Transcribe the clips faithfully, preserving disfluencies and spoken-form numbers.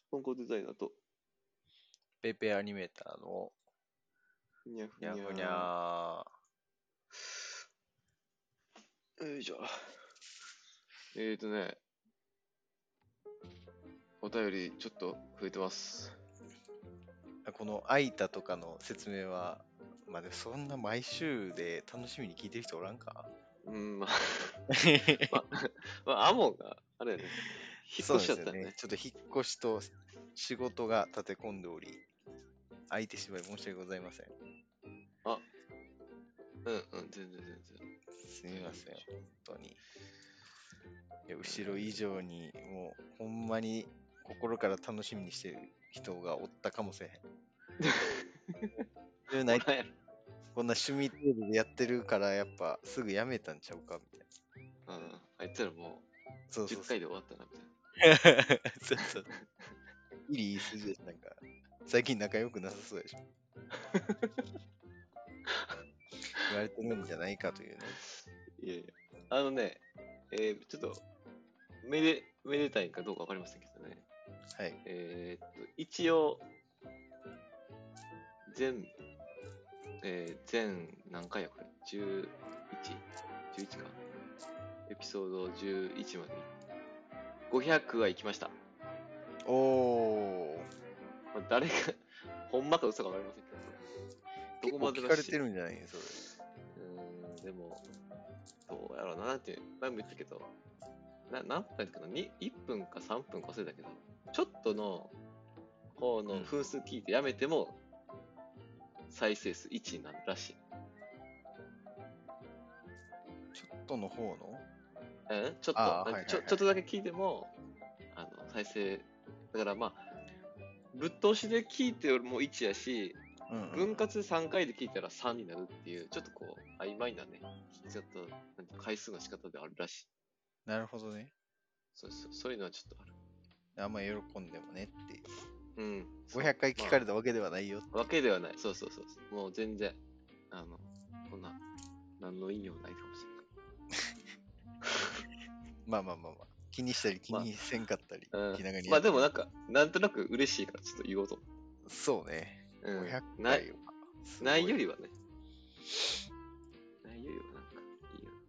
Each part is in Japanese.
コンコデザイナーと、 ペイペイアニメーターのふにゃふにゃにゃふにゃー。よいしょ。えーとね、お便りちょっと増えてます。 ー。このアイタとかの説明は、まあ、でもそんな毎週で楽しみに聞いてる人おらんかうん、まあ、まあ、まあ、アモが、あれやね、引っそう越しちゃったよね。 ですよね。ちょっと引っ越しと仕事が立て込んでおり、空いてしまい申し訳ございません。 あ、うんうん、全然全然。 すみません、本当に。いや後ろ以上に、もう、ほんまに心から楽しみにしてる人がおったかもしれへん。ないおらんやろ。 こんな趣味程度でやってるから、やっぱすぐやめたんちゃうかみたいな。 うん、あいつらもそううそう 10 そう。 回で終わったな、みたいそうそう。いい言い筋でしょなんか、最近仲良くなさそうでしょ。言われてるんじゃないかというね。 な。いやいや、あのね、えー、ちょっと、めで、めでたいかどうかわかりませんけどね。 はい。 えー、っと、一応、全、えー、全何回やこれ ?じゅういち?じゅういち か。エピソードじゅういちまで。ごひゃくは行きました。 おー。 まあ、誰が、ほんまか嘘かわかりませんけど。 結構聞かれてるんじゃないそれ。 うーん、でも、どうやろうな、なんていう、前も言ったけど、な何分やったかな、にいっぷんかさんぷんか忘れたけど、ちょっとの方の分数聞いてやめても、再生数いちになるらしい。 ちょっとの方のうんちょっと、 あーはいはいはいちょ、ちょっとだけ聞いても、あの、再生、だからまあ、ぶっ通しで聞いてもいちやし、 うんうん分割さんかいで聞いたらさんになるっていう、ちょっとこう、曖昧なね、聞き方、なんて回数の仕方であるらしい。 なるほどね。 そうそう、そういうのはちょっとある。 あんま喜んでもねっていう。 うん。 ごひゃっかい聞かれたわけではないよ。 わけではない。そうそうそうそう。もう全然、あの、こんな、何の意味もないかもしまあまあまあまあ。気にしたり気にせんかったり。 れない。うん。 気長にまやってるあでもなんか、なんとなく嬉しいからちょっと言おうと思そうね。 う。うん。 ごひゃっなかいはすごないよりはね。ないよりはなんか、いいよ。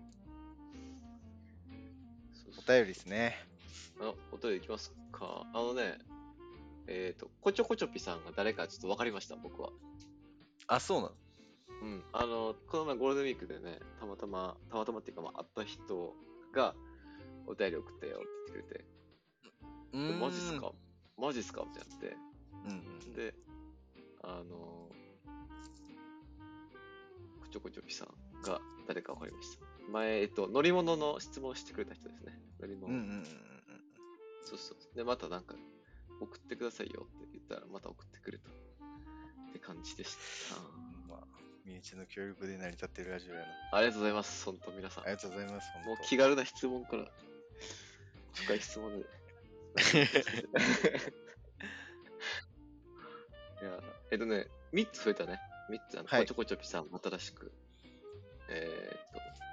そうそうお便りですね。 あ、お便りいきますか。あのね、えっ、ー、と、こちょこちょぴさんが誰かちょっと分かりました、僕は。 あ、そうなのうん。あの、この前ゴールデンウィークでね、たまたま、たまたまっていうか、まあ、会った人が、お便り送ったよって言ってくれて、 うーんマジっすかマジっすかってなって、 うんうん。 で、あのー、こちょこちょぴさんが誰か分かりました。前、えっと、乗り物の質問してくれた人ですね。乗り物。 うんうんうんうん。 そうそう。で、またなんか、送ってくださいよって言ったら、また送ってくれた。って感じでした。 まあ、身内の協力で成り立ってるラジオやな。 ありがとうございます。本当皆さん。 ありがとうございます。 もう本気軽な質問から、深い質問で。いや、えっとね、みっつ増えたね。みっつ、あの、 はいこちょこちょぴさん、新しく。えー、っ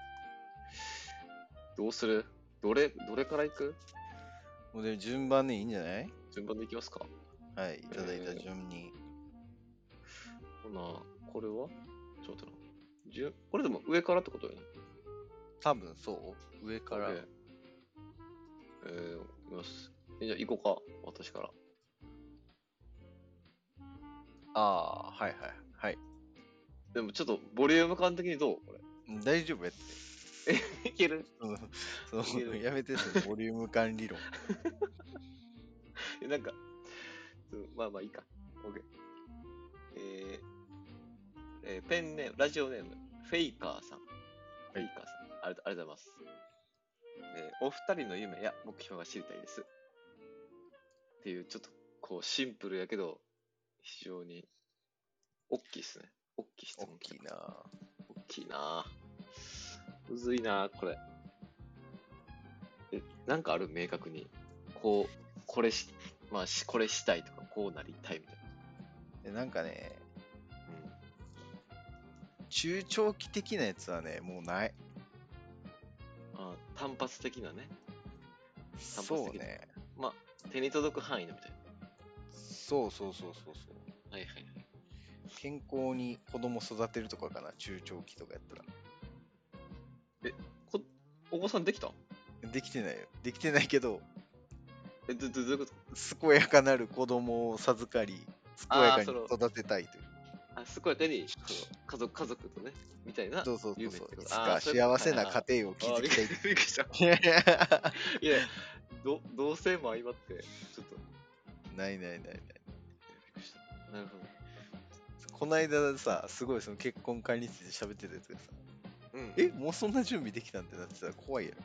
と、どうするどれ、どれからいく当。もうで順番でいいんじゃない順番でいきますか。 はい。いただいた順に。 ほな、これはちょっと待ってな。順これでも上からってことよね。 多分そう上から。 でえー、いきます。えじゃあ行こうか。私から。 ああ、はいはいはい。 でもちょっと、ボリューム感的にどうこれ。 うん大丈夫やって。 え、いけるうんそういけるやめて、そのボリューム感理論。 えなんか、うんまあまあいいか。OK。えーえーペンネーム、ラジオネーム、フェイカーさん。フェイカーさん。ありがとうございます。えーお二人の夢や目標が知りたいです。っていう、ちょっとこうシンプルやけど、非常に大きいですね。大きい質問。 大きいな。 大きいなむずいなこれ。え、なんかある明確に。こう、これし、まあし、これしたいとか、こうなりたいみたいでなんかね、 な。 中長期的なやつはね、もうない。 うん。あ単発的なね。単発的なそうね。 まあ、手に届く範囲のみたいな。 そうそうそうそうそう。 はいはいはい。 健康に子供育てるとかかな、中長期とかやったら。 え、こ、お子さんできた？ できてないよ。できてないけど、 え、ど、ど、どういうこと？ 健やかなる子供を授かり、健やああ、 かにその、 育てたいという。 あ、健やかに、その、家族、家族とね、みたいなそうそうそうそう。 夢ってこと。 いつああ、 かそういうこと。 幸せなはいはい家庭をああ、びっく築きたい。 りびっくりした。いや、ど、同性も相まって、ちょっと、 ないないないない。 びっくりした。なるほど。 こないださ、すごいその結婚観について喋ってたやつがさ、 うん、うん。 え、もうそんな準備できたんってなってたら怖いやろ。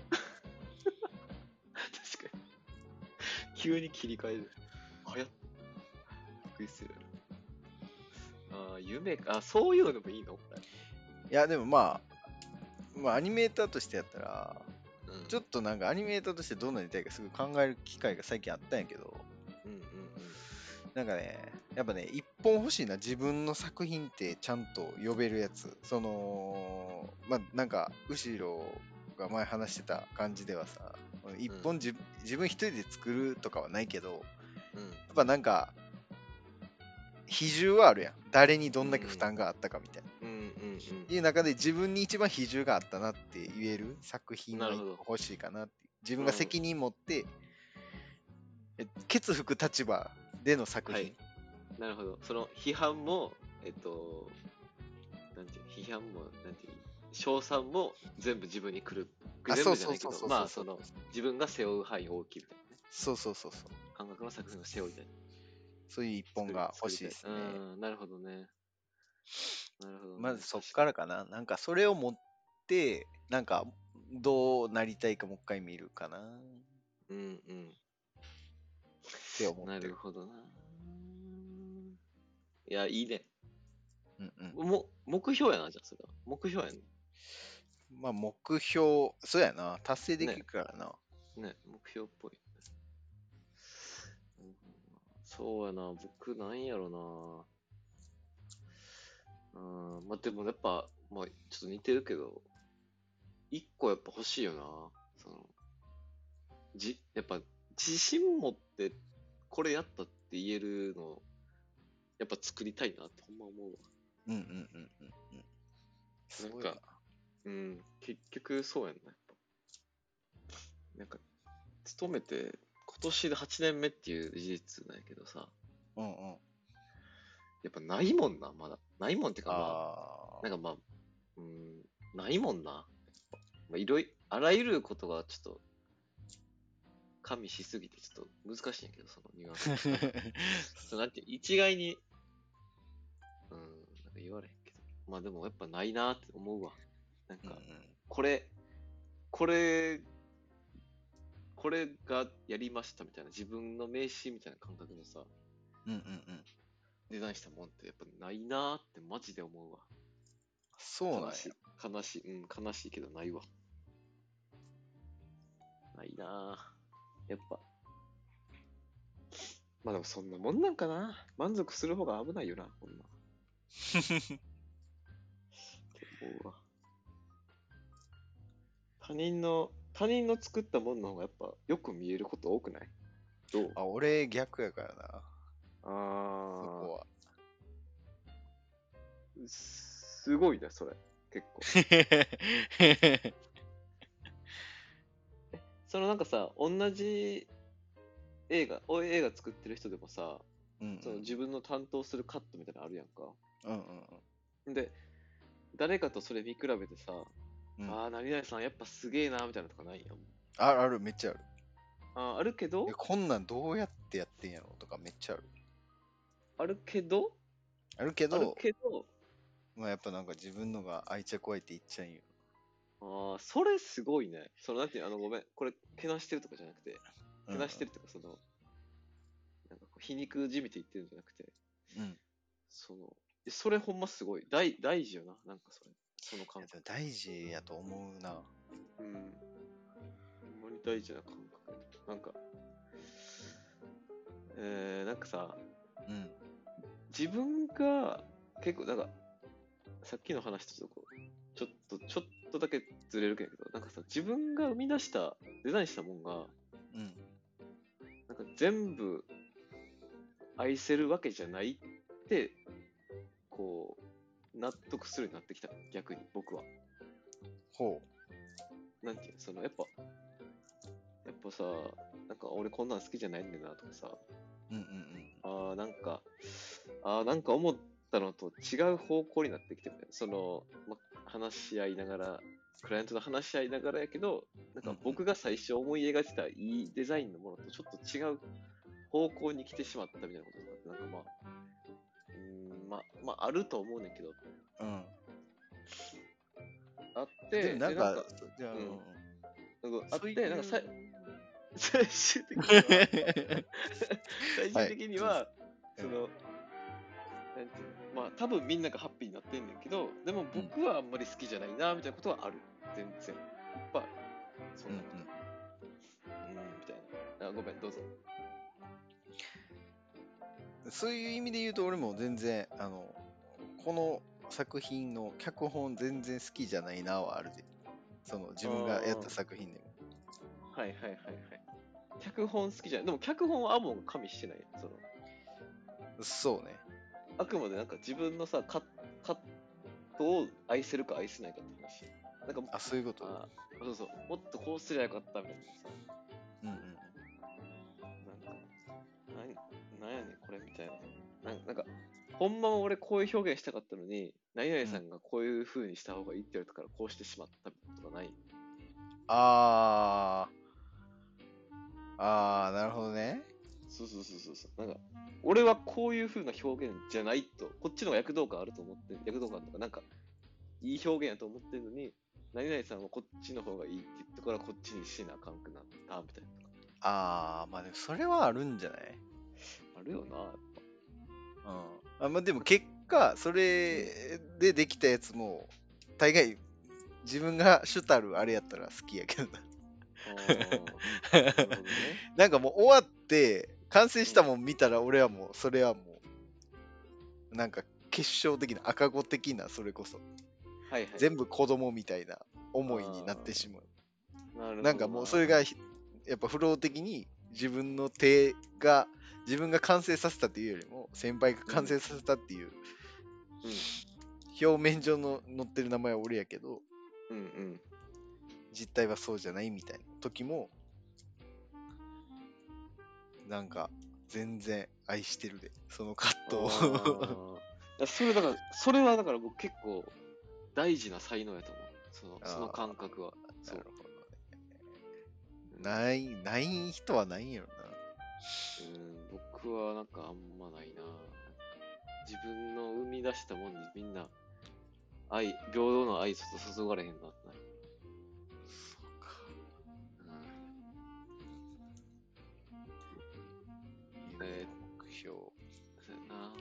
確かに。急に切り替える。はやっ。びっくりする。ああ、夢か。あ、そういうのでもいいの？これ。 いや、でもまあ、まあアニメーターとしてやったら、 うん。 ちょっとなんかアニメーターとしてどんなにたいかすごい考える機会が最近あったんやけど、 うんうんうん。 なんかね、やっぱね、一本欲しいな、自分の作品ってちゃんと呼べるやつ。その、まあなんか、後ろが前話してた感じではさ、一本自,、自分一人で作るとかはないけど、 うん。 やっぱなんか、比重はあるやん。誰にどんだけ負担があったかみたいな。 うんうんうん。 いう中で自分に一番比重があったなって言える作品はなるほど欲しいかなって。自分が責任持って、えケツ吹く立場での作品。 はい。なるほど。その批判も、えっと、なんていう、批判も、なんていう、称賛も全部自分に来る。 あ、 全部じゃないけど、 そうそうそうそうそうまあ、その、自分が背負う範囲大きいみたいなね。 そうそうそうそう。 感覚の作品を背負いたい。 そういう一本が欲しいですね。 うん、なるほどね。なるほどね。 まずそっからかな。なんかそれを持って、なんかどうなりたいかもう一回見るかなっうんうん。 て思ってる。 なるほどな。いや、いいね。 うんうん。 も、目標やな、じゃあ、それは。目標やね。 まあ目標、そうやな。達成できねるからな。 ね、目標っぽい。うん、そうやな、僕なんやろな。うん、まあでもやっぱ、まあちょっと似てるけど、一個やっぱ欲しいよな。その、じ、やっぱ自信持ってこれやったって言えるの、やっぱ作りたいなってほんま思うわ。 うんうんうんうんうん。 なんか、うん、結局そうやんな、やっぱ。なんか、勤めて、今年ではちねんめっていう事実なんやけどさ、 うんうん。 やっぱないもんな、まだ。ないもんっていうかまあ、 あなんかまあ、うん、ないもんな。まあ、いろいろ、あらゆることがちょっと、加味しすぎてちょっと難しいんやけど、そのニュアンス。なんかそうなんていう一概に、うん、なんか言われへんけど。まあでもやっぱないなって思うわ。なんうんうか、 ん。 これ、これ、これがやりましたみたいな、自分の名刺みたいな感覚のさ、 うんうんうん。 デザインしたもんってやっぱないなってマジで思うわ。 そうなんや悲。しい。悲しい。うん、悲しいけどないわ。ないなぁ。やっぱ。まあでもそんなもんなんかな。満足する方が危ないよな、こんな。って思うわ。他人の、他人の作ったものの方がやっぱよく見えること多くない？どう？ あ、俺逆やからな。 あそー、 こは。 すごいね、それ。結構。そのなんかさ、同じ映画、お映画作ってる人でもさ、 うんうんその自分の担当するカットみたいなのあるやんか。 うんうんうん。 で、誰かとそれ見比べてさ、 うんああ、何々さんやっぱすげえな、みたいなのとかないんやもん。 あるある、めっちゃある。 あーあるけどえ、、こんなんどうやってやってんやろとかめっちゃある。 あるけど、 あるけあるど、 けど、 まあやっぱなんか自分のが愛着湧いていっちゃうんよ。 ああ、それすごいね。その、なんていうのあの、ごめん、これ、けなしてるとかじゃなくて、けなしてるとか、その、なんかこう皮肉じみて言ってるんじゃなくて、 うん。うん。 その、えそれほんますごい。大、大事よな、なんかそれ。その感覚。 大事やと思うな。 うん。ほんまに大事な感覚。なんか、えー、なんかさ、 うん。 自分が、結構、なんか、さっきの話とちょっとこう、ちょっと、ちょっとだけずれるけど、なんかさ、自分が生み出した、デザインしたもんが、 うん。 なんか全部、 愛せるわけじゃないって、こう、納得するようになってきた、逆に、僕は。 ほなんていうの、その、やっぱ、やっぱさ、なんか俺こんなん好きじゃないんだよなとかさ、 う。うんうんうん。 あーなんか、あーなんか思ったのと違う方向になってきてるみたいな。その、ま、話し合いながら、クライアントと話し合いながらやけど、なんか僕が最初思い描いてたいいデザインのものとちょっと違う方向に来てしまったみたいなこととかって、なんかまあ、うーん、まあ、まあ、あると思うねんけど、 うん。 あって、 でもなんか、じゃあ、 うんうんなんかあっそういうて、なんかさい最終的には、最終的には、 はいその、なんていうの、まあ、多分みんながハッピーになってんねんけど、でも僕はあんまり好きじゃないな、みたいなことはある。全然。いっぱいある。そんなこと。うん、みたいな。あ、ごめん、どうぞ。 そういう意味で言うと俺も全然あのこの作品の脚本全然好きじゃないなはあるで、その自分がやった作品でも。 はいはいはいはい。脚本好きじゃない。でも脚本はアモンが加味してない。そのそうね。 あくまでなんか自分のさ、カッカットを愛せるか愛せないかって話。なんか、 あ、そういうこと。 あそうそう、もっとこうすりゃよかったみたいなさ。 うんうん。 なんか、なんなんやねんこれみたいな。なんなんか、ほんまは俺こういう表現したかったのに、何々さんがこういう風にした方がいいって言われたからこうしてしまったみたいなことがない。 あーあー、なるほどね。 そうそうそうそうそう。なんか、俺はこういう風な表現じゃないと、こっちの方が躍動感あると思って、躍動感とか、なんか、いい表現やと思ってるのに、何々さんはこっちの方がいいって言ってからこっちにしなあかんくなったみたいな。 ああ、まあでもそれはあるんじゃない？ あるよな、やっぱ。 うん。あまあでも結果、それでできたやつも、大概自分が主たるあれやったら好きやけどな。 あーなるほどね。 なんかもう終わって完成したもん見たら俺はもうそれはもうなんか結晶的な赤子的な、それこそはいはい。 全部子供みたいな思いになってしまう。 なるほどなんかもうそれがひやっぱフロー的に自分の手が自分が完成させたっていうよりも先輩が完成させたっていう、 うん、 表面上の載ってる名前は俺やけどうんうん。 実態はそうじゃないみたいな時もなんか全然愛してるで、その葛藤を。 あーそれだから、それはだから僕結構大事な才能やと思う。その、 あーその感覚は。そうなるほどね。ないない人はないんやろな。 うん、僕はなんかあんまないな。なんか自分の生み出したもんにみんな愛、平等の愛ちょっと注がれへんなってなる。 そうか。 うん、え夢目標。 そうやな。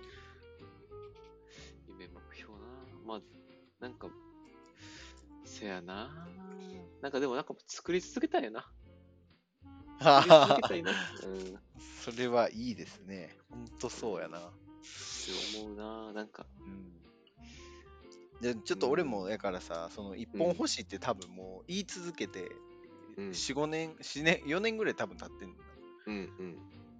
夢目標な。まあ、なんか、せやな。なんかでもなんか作り続けたいよな。作り続けたいな。うん。 それはいいですね。ほんとそうやな。 って思うな。なんか。 うんでちょっと俺もやからさ、その一本欲しいって多分もう言い続けて、 うん、 よん、ごねん、よねん、よねんぐらい多分経ってんの。 うん、うん。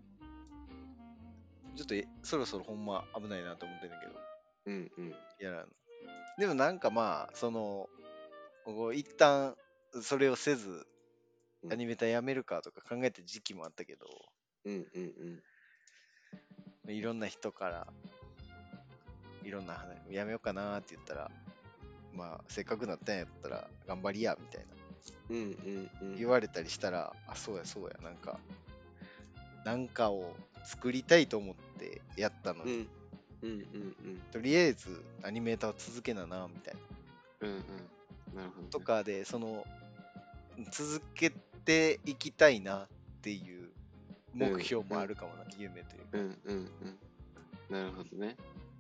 ちょっとえそろそろほんま危ないなと思ってんだけど、 うん、うん。 やらんの。でもなんかまあ、その、こう一旦それをせず、 うんアニメーターやめるかとか考えた時期もあったけど、 うん、うん、うん。 いろんな人から、いろんな話、やめようかなって言ったら、まあ、せっかくなったんやったら、頑張りや、みたいな。 うん、うん、うん。 言われたりしたら、あ、そうや、そうや、なんか、なんかを作りたいと思ってやったのに、 うん、うん、うん、うん。 とりあえずアニメーターを続けなな、みたいな。 うん、うん。なるほど、ね。 とかで、その、続けていきたいなっていう目標もあるかもな、夢というか。 うん、うん、うん。なるほどね。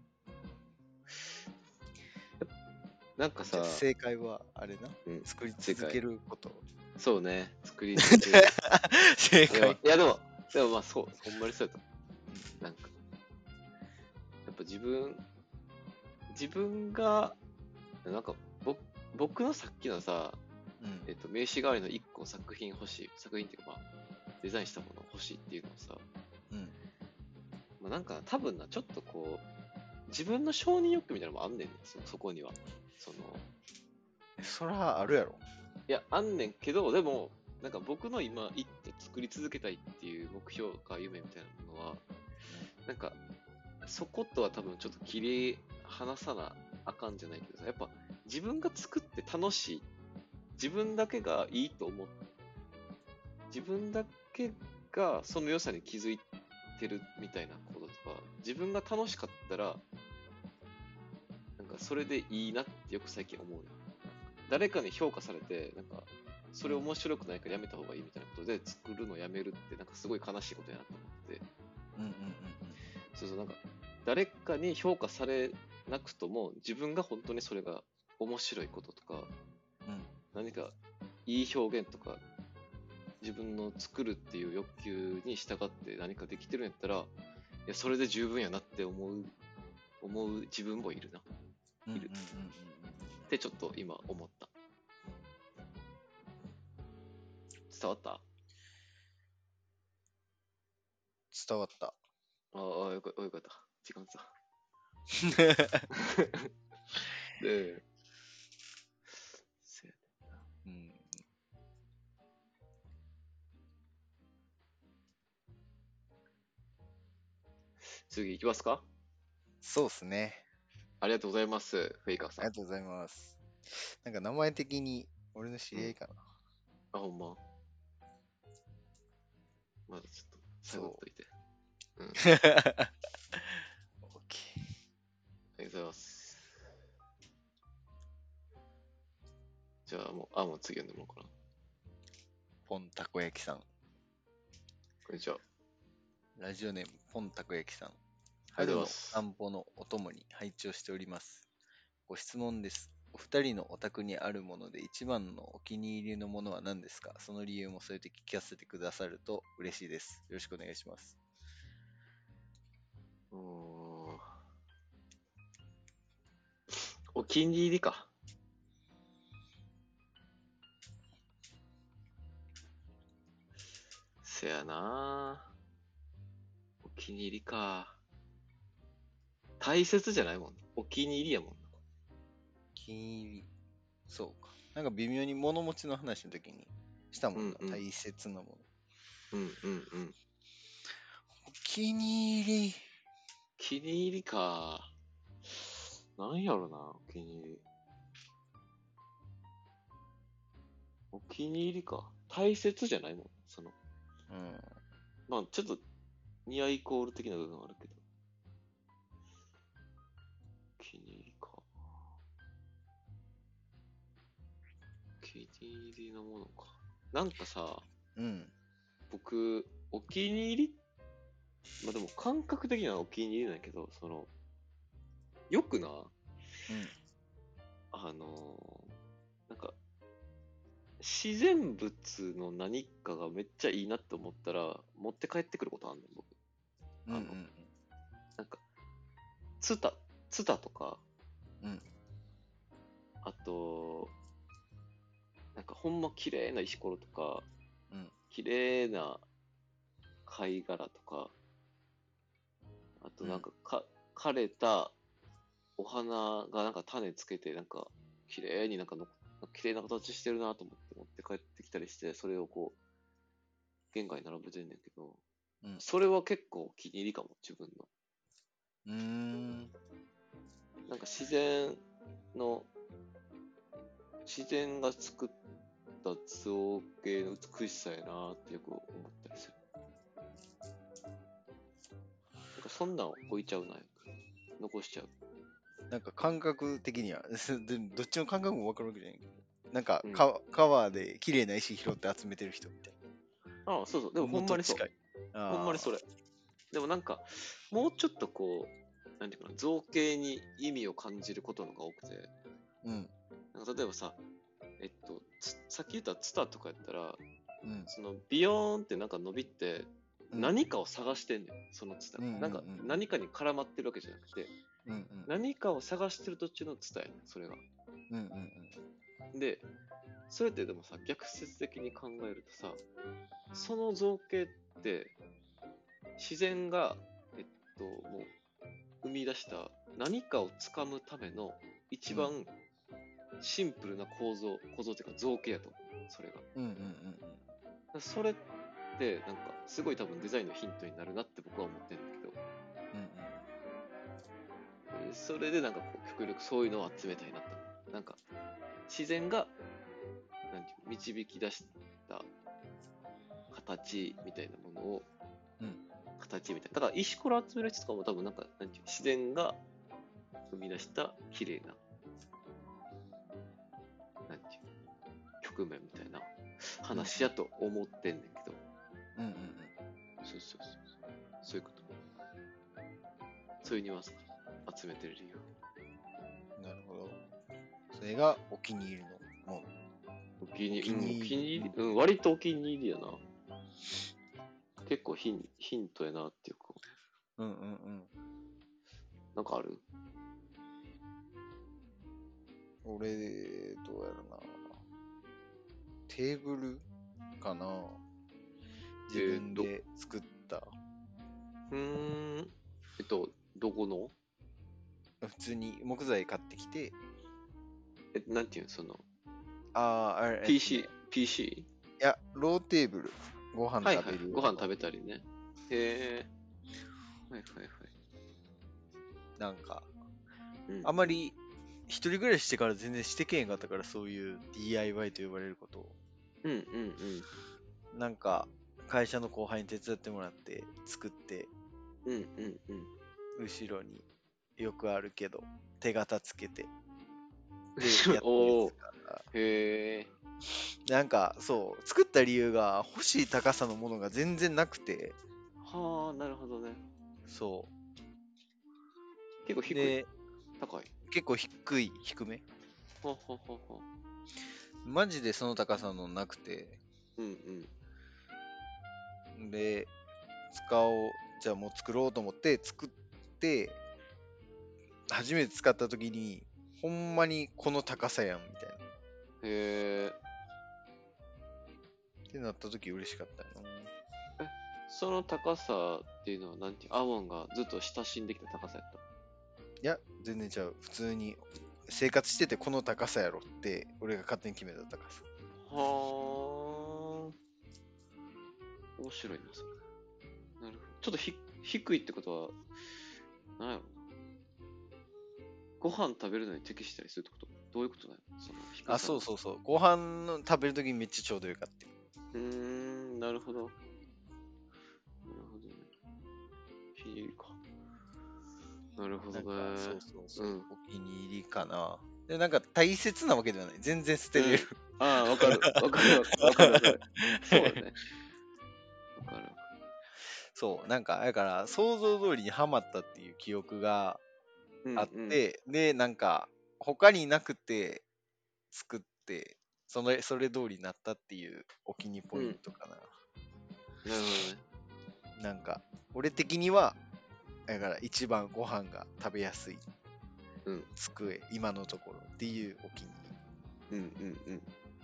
なんかさ、 正解はあれな、 うん、 作り続けること。 そうね、作り続ける。 正解。 いや、いやでも、でもまあそう、ほんまにそうやと。なんか、やっぱ自分、自分が、なんか、ぼ僕のさっきのさ、 うんえっと、名刺代わりのいっこ作品欲しい、作品っていうかまあ、デザインしたもの欲しいっていうのをさ、 うんまあ、なんか多分な、ちょっとこう、自分の承認欲求みたいなのもあんねんね、そそこには。その、 そらあるやろ。 いや、あんねんけど、でも、なんか僕の今、一手作り続けたいっていう目標か夢みたいなものは、なんか、そことは多分ちょっと切り離さなあかんじゃないけどさ、やっぱ自分が作って楽しい、自分だけがいいと思う、自分だけがその良さに気づいてるみたいなこととか、自分が楽しかったら、なんかそれでいいなってよく最近思うね。誰かに評価されて、なんか、それ面白くないからやめた方がいいみたいなことで作るのやめるって、なんかすごい悲しいことやなと思ってて。 うんうんうんそうそう、なんか、誰かに評価されなくとも、自分が本当にそれが面白いこととか、 うん何かいい表現とか、自分の作るっていう欲求に従って何かできてるんやったら、いや、それで十分やなって思う、思う自分もいるな。 うんうんいる。 うんうんうんってちょっと今思った。伝わった？ 伝わった。 ああ、よかよかった。時間さ。で、せやうん次行きますか？ そうっすね。 ありがとうございます、フェイカーさん。 ありがとうございます。なんか名前的に俺の知り合いかな。 あ、ほんま。まだちょっと探っといて。うん。ありオッケー。 がとうございます。じゃあもう、あ、もう次読んでもらおうかな。 ポンたこ焼きさん。 こんにちは。 ラジオネームポンたこ焼きさん。 ありがとう春のございます散歩のお供に拝聴しております。ご質問です。お二人のお宅にあるもので一番のお気に入りのものは何ですか？その理由も添えて聞かせてくださると嬉しいです。よろしくお願いします。 うーん。お気に入りか。せやな。お気に入りか。大切じゃないもんな。お気に入りやもんな。 気に入り。そうか。なんか微妙に物持ちの話の時にしたもんな。 うんうん大切なもの。 うんうんうん。 お気に入り。 気に入りか。なんやろな、お気に入り。お気に入りか。大切じゃないもん。その、 うん。 まあちょっと、ニアイコール的な部分はあるけど。お気に入りか。お気に入りのものか。なんかさ、 うん。 僕、お気に入り、まあでも感覚的にはお気に入りなんやけど、その、よくな、 うん。 あのーなんか、自然物の何かがめっちゃいいなって思ったら、持って帰ってくることあんねん、僕。 うん。うあの、 ん。 なんか、ツタ、ツタとか、 うん。 あと、なんかほんま綺麗な石ころとか、 うん。 綺麗な貝殻とか、あとなんかか、枯れたお花がなんか種つけて、なんか、綺麗になんかの、綺麗な形してるなと思って持って帰ってきたりして、それをこう、玄関に並べてんねんけど、 うん。 それは結構お気に入りかも、自分の。 うーん。 なんか自然の、自然が作った造形の美しさやなってよく思ったりする。なんかそんなん置いちゃうなよ。残しちゃう。 なんか感覚的には、でどっちの感覚も分かるわけじゃないけど、なんかうんか川で綺麗な石拾って集めてる人みたいああ、そうそう。でもな。 ほんまにそう。 もっと近い。 ほんまにそれ。でもなんか、もうちょっとこう、なんていうかな、造形に意味を感じることのが多くて、 うん。 なんか例えばさ、えっと、つさっき言ったツタとかやったら、 うん。 そのビヨーンってなんか伸びってうん何かを探してんねん、そのツタが。 うんうんうんなんか何かに絡まってるわけじゃなくて、 うんうん。 何かを探してる途中のツタやねん、それが。 うんうんうん。 で、それってでもさ、逆説的に考えるとさ、その造形って、自然が、えっと、 と、もう、生み出した何かをつかむための一番シンプルな構造、構造っていうか造形やと思う、それが。 うんうんうんうん。 それって、なんか、すごい多分デザインのヒントになるなって僕は思ってるんだけど、 うんうん。 えーそれでなんかこう、極力そういうのを集めたいなって思う。なんか、自然が、なんていうの導き出した形みたいなものを、 うん形みたいな。だから石ころ集める人とかも多分なんか、なんていうの自然が生み出した綺麗な、なんていうの局面みたいな話やと思ってんねんけど、 うんうんうん。 そうそうそうそう。そういうこと。そういうニュアンス集めてる理由。 なるほど。それがお気に入りのもの。 お気にお気に入りうんお気に入り、うん、割とお気に入りやな。結構ヒンヒントやなっていうか。 うんうんうん。 なんかある？ 俺、どうやろな。テーブルかな。自分で作った。 うーん。えっと、どこの普通に木材買ってきて、 え、なんていうのその、 あーあれ、えっとねピーシー、ピーシー? いや、ローテーブル。ご飯はいはい。 食べる。 ご飯食べたりね。へえ。はいはいはい。 なんか、 うん、 あまり一人暮らししてから全然してけへんかったから、そういう ディーアイワイ と呼ばれることを。 うんうんうん。 なんか、会社の後輩に手伝ってもらって作って、 うんうんうん。 後ろによくあるけど、手形つけて、で、 後ろやってるおーやつがへえ。 なんか、そう、作った理由が欲しい高さのものが全然なくて、 はあ、なるほどね。 そ結構う。 低い。 で、 高い。 結構低い、低め。 ほうほうほうほマジでその高さのなくて、 う。うんうん。 で、使おう、じゃあもう作ろうと思って作って、初めて使った時に、ほんまにこの高さやん、みたいな。 へえ。 ってなった時嬉しかったよな。 その高さっていうのは、なんていう、アモンがずっと親しんできた高さやった。 いや、全然ちゃう。普通に生活しててこの高さやろって、俺が勝手に決めた高さ。 はあ。面白いな、それ。なるほど。ちょっとひ低いってことは、なんやろな。ご飯食べるのに適したりするってことどういうことだよその低さ。 あ、そうそうそう。ご飯の食べる時にめっちゃちょうどよかった。 う。うーん、なるほど。なるほどね。いいか。なるほどね。 なんか、そうそうそう。 うん。 お気に入りかな。で、なんか大切なわけではない。全然捨てれる。 ああ、わかる。わかる。わかるわかる。そうだね。わかる。 そう。なんか、だから想像通りにはまったっていう記憶がうんあって、で、なんか、他になくて作って、それ、それ通りになったっていうお気にポイントかな。 うん。なるほどね。 なんか、俺的には、だから一番ご飯が食べやすいうん。 机、今のところっていうお気に入り。 うんうんうん。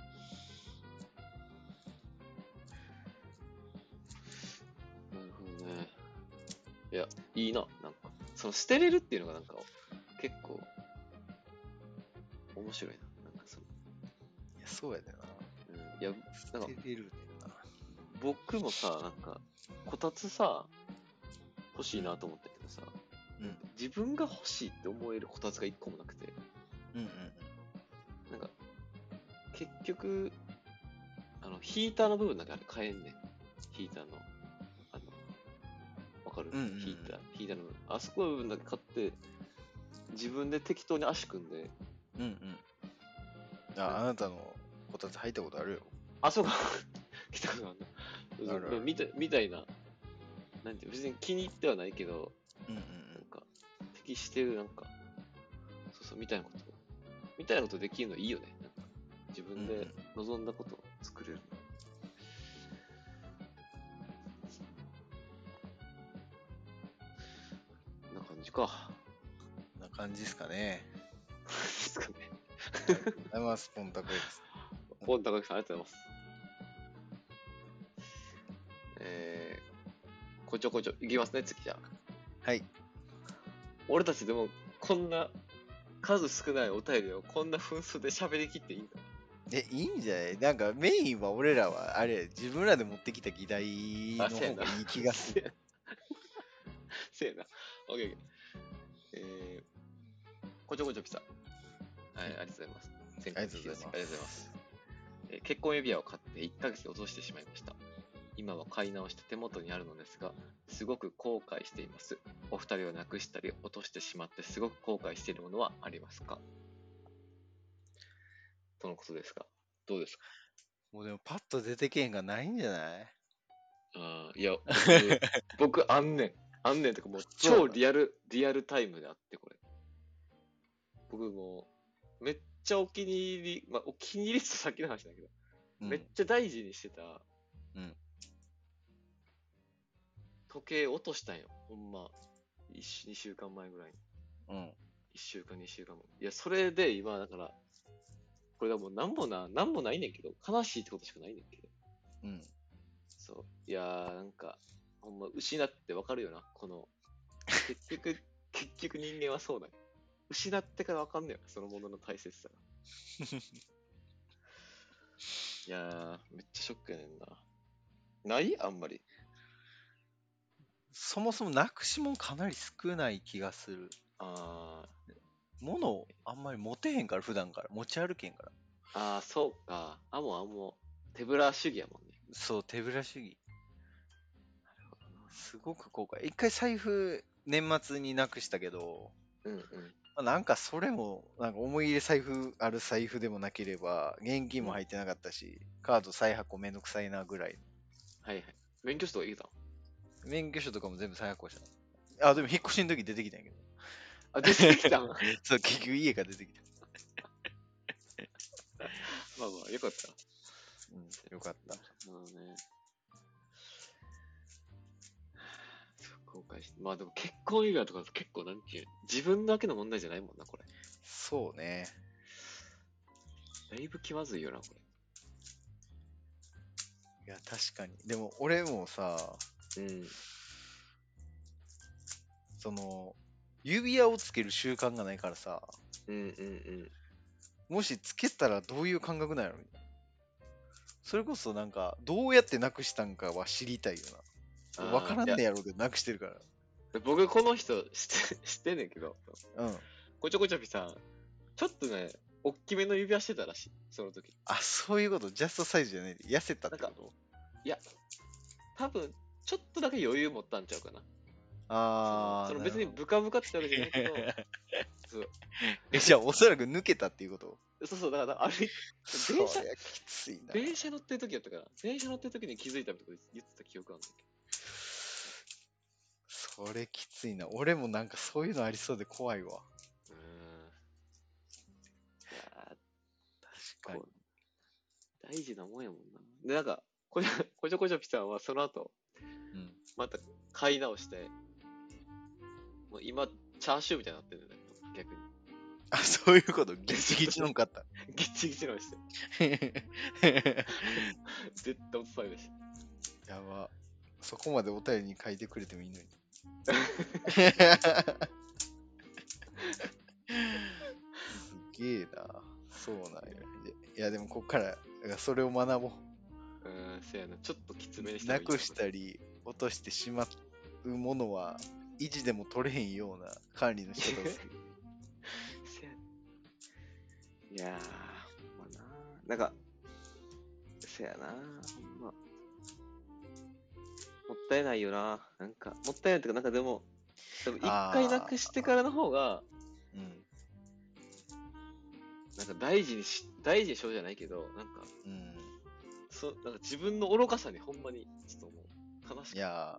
なるほどね。いや、いいな。なんか、その捨てれるっていうのがなんか、結構、面白いな。なんかその、 いや、そうやでな。 うん、いや、なんか捨てれるねんな。 僕もさ、なんか、こたつさ、欲しいなと思ったけどさ、 うん自分が欲しいって思えるこたつが一個もなくて、 うんうんなんか、結局、あの、ヒーターの部分だけあれ買えんねん。ヒーターの、あの、わかる、 うんうんうんヒーター、ヒーターの部分。あそこの部分だけ買って、自分で適当に足組んで、 うん。うんうん。あ、あなたのこたつ入ったことあるよ。 あそこ来たことあるな。 あるあるみたみたいな、なんていう別に気に入ってはないけど、 うんうんなんか、適してる、なんか、そうそう、みたいなこと、みたいなことできるのいいよね。なんか、自分で望んだことを作れる。こんな感じか。 こんな感じですかね。 ですかね。 ありがとうございます、ポンタクです。 ポン高木さん、ありがとうございます。えー、こちょこちょ、いきますね、次じゃあ。 はい。 俺たちでもこんな数少ないお便りをこんな分数で喋りきっていいんかえ、いいんじゃないなんかメインは俺らは、あれ、自分らで持ってきた議題な。あ、せやな。 の方がいい気がする。 せやな。オッケーオッケー。えー、こちょこちょピザ。はい、ありがとうございます。 ありがとうございます。 ありがとうございます。えー結婚指輪を買っていっかげつで落としてしまいました。今は買い直して手元にあるのですが、すごく後悔しています。お二人をなくしたり落としてしまってすごく後悔しているものはありますかとのことですが、どうですか？ もうでもパッと出てけんがないんじゃない？ ああ、いや、僕、僕、あんねん。あんねんとかもう超そうリアル、リアルタイムであって、これ。僕もう、めっちゃお気に入り、まあ、お気に入りってさっきの話だけど、 うんめっちゃ大事にしてたうん時計落としたんよ。ほんま、にしゅうかんまえぐらいに。 うんいっしゅうかん、にしゅうかんも。いや、それで今、だから、これがもうなんもな、なんもないねんけど、悲しいってことしかないねんけど。 うんそう。いやー、なんか、ほんま、失ってわかるよな。この、結局、結局人間はそうだよ。失ってからわかんねよ。そのものの大切さが。いやー、めっちゃショックやねんな。ないあんまり。 そもそもなくしもんかなり少ない気がする。 あ物をあんまり持てへんから、普段から。持ち歩けんから。 ー、あー、そうか。あもあも、手ぶら主義やもんね。 そう、手ぶら主義。すごく後悔。一回財布、年末になくしたけど、 うんうん。 まあなんかそれも、なんか思い入れ財布、ある財布でもなければ、現金も入ってなかったし、カード再発行めんどくさいなぐらい。 はいはい。免許証とかいけたん免許証とかも全部再発行した。あ、でも引っ越しの時出てきたんやけど。 あ、出てきたんまあそう、結局家から出てきた。 まあ、よかった。 うん、よかった。 なるほどね。後悔して。まあでも結婚指輪とか結構なんていう、自分だけの問題じゃないもんな、これ。 そうね。 だいぶ気まずいよな、こいや、確かに。でも、俺もさ、 れ。うん。 その、指輪をつける習慣がないからさ、 うんうんうん。 もしつけたらどういう感覚なんやろみたいな。それこそなんか、どうやってなくしたんかは知りたいよな。わからあーいや、 んねやろうけど、なくしてるから。 僕この人知って知ってんねんけど、 うん。 こちょこちょぴさん、ちょっとね、おっきめの指輪してたらしい、その時。 あ、そういうこと、ジャストサイズじゃないで、痩せたってこといや、多分、ちょっとだけ余裕持ったんちゃうかな。 あー、 そのなるほど。 別にブカブカってわけじゃないけど、そうえ、じゃあ、おそらく抜けたっていうことそうそう、だから歩いそ電車りゃきついな。 電車乗ってる時やったから、電車乗ってる時に気づいたみたいなこと言ってた記憶あるんだけそれきついな。俺もなんかそういうのありそうで怖いわ。 ど。うーん。いや確かにーこ。う大事なもんやもんな。で、なんか、こちょこちょこちょぴさんはその後、 うん。 また買い直して、もう今、チャーシューみたいになってるんだよね、逆に。 あ、そういうこと。ギチギチのんかった。 ギッチギチのして。絶対落とされるし。 やば。そこまでお便りに書いてくれてもいいのに。すげえな。そうなんや。いや、でもこっから、それを学ぼう。 うーん、せやな。ちょっときつめにした方がいいなくしたり、落としてしまうものは、維持でも取れへんような管理の仕方をする。 せやいやー、ほんまな。なんか、せやな。ほんま。もったいないよな。なんか、もったいないっていうか、なんかでも、でも一回なくしてからの方が、 うん。 なんか大事にし、大事にしようじゃないけど、なんか、 うん。 そなんか自分の愚かさにほんまに、ちょっともう、悲しくいや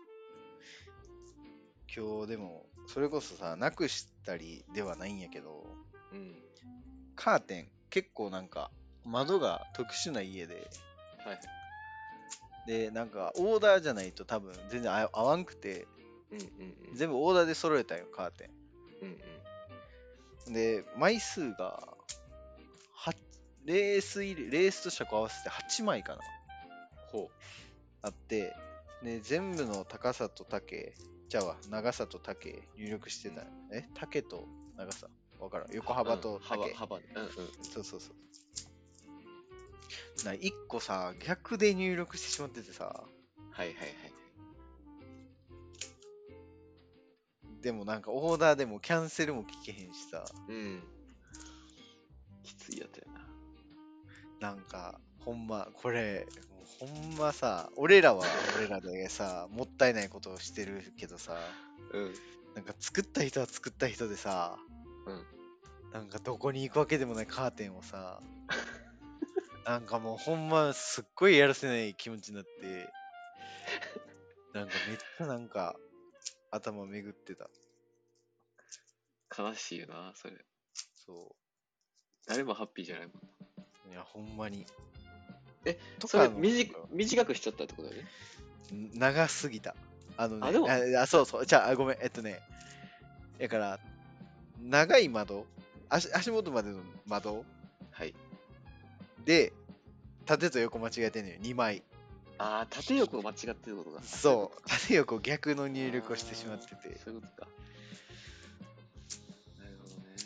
ー、今日でも、それこそさ、なくしたりではないんやけど、 うん。 カーテン、結構なんか、窓が特殊な家で、 はいはい。 で、なんか、オーダーじゃないと多分全然合合わんくて、 うんうんうん。 全部オーダーで揃えたんよ、カーテうんうん。 ン。で、枚数が、はレース入れ、レースと車高合わせてはちまいかな、 ほあって、で、全部の高さと丈じゃあわ、長さと丈入力してた。え丈と長さわからん。横幅と丈。 幅、幅ね。うんうん。 そうそうそう。な、一個さ、逆で入力してしまっててさ、 はいはいはい。 でもなんかオーダーでもキャンセルも聞けへんしさ、 うん。きついやつやな。 なんか、ほんま、これ、もうほんまさ、俺らは俺らでさ、もったいないことをしてるけどさ、 うん。 なんか作った人は作った人でさ、 うん。 なんかどこに行くわけでもないカーテンをさ、なんかもうほんますっごいやらせない気持ちになって、なんかめっちゃなんか頭巡ってた。 悲しいよな、それ。 そ誰もハッピーじゃないもん。 う。いや、ほんまに。 え、 とそれかの短短くしちゃったってことだよね。 ん長すぎた。あのね、 あでもああそうそう。じゃあ、ごめん、えっとね、だから、長い窓、足足元までの窓はい。 で、縦と横間違えてんのよ、にまい。 ああ、縦横間違ってることか。 そう、縦横逆の入力をしてしまってて。 そういうことか。なるほどね。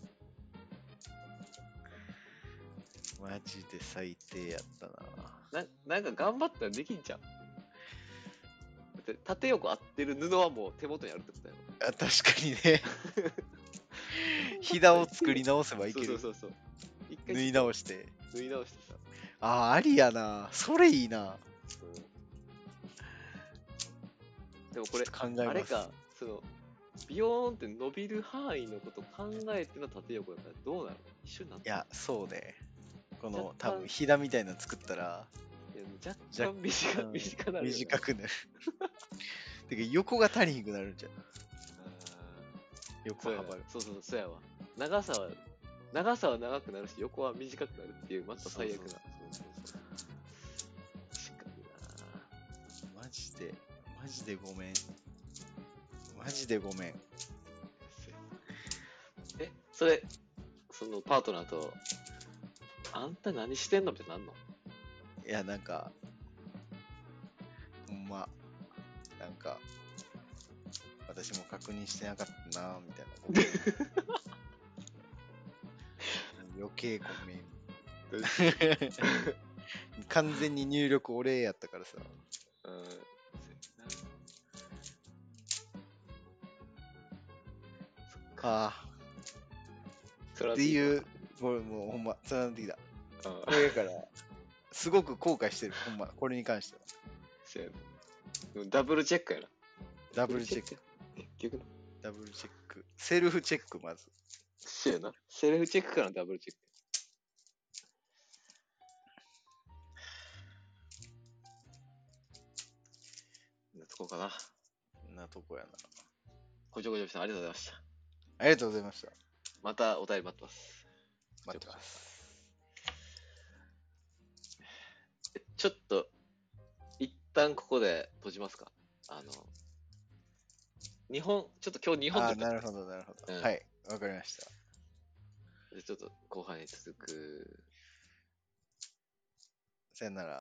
マジで最低やったな。 ななんか頑張ったらできんじゃん。だって縦横合ってる布はもう手元にあるってことやろ。 あ、確かにね。ひだを作り直せばいける。 そうそうそうそう。一回縫い直して。 縫い直してさ。 ああ、ありやな。それいいな。 でもこれ、 ちょっと考えますあれか、その、ビヨーンって伸びる範囲のこと考えての縦横だったらどうなる？一緒になっていや、そうね。この若干多分ひだみたいなの作ったらいや若干短うん短なるよね。 短くなる。てか横が足りひんくなるんじゃん。 あーそうやな横幅が。 そうそうそうやわ。長さは長さは長くなるし横は短くなるっていうまた最悪な。 そうそうそうそうそう確かにな。 マジで、マジでごめん。マジでごめん。 え、それそのパートナーとあんた何してんのってなんの？ いや、なんか、ほんま、なんか、私も確認してなかったな、みたいなごめん。余計ごめん。完全に入力俺やったからさ。 うんそうやな。 ああ。 それはっていう、これもうほんま、つながってきた。 うんこれだから、すごく後悔してる、ほんま、これに関しては。 そうやな。でもダブルチェックやな。 ダブルチェック、 結局な。 ダブルチェック。セルフチェック、まず。 そうやな。セルフチェックからのダブルチェック。なとこかな。 なとこやな。 こちょこちょさんありがとうございました。 ありがとうございました。 またお便り待ってます。 待ってます。 ちょっと、一旦ここで閉じますか。あの、日本、ちょっと今日日本ああ、 となるほど、なるほど。 うんはい、わかりました。 でちょっと後半に続く。 さよなら。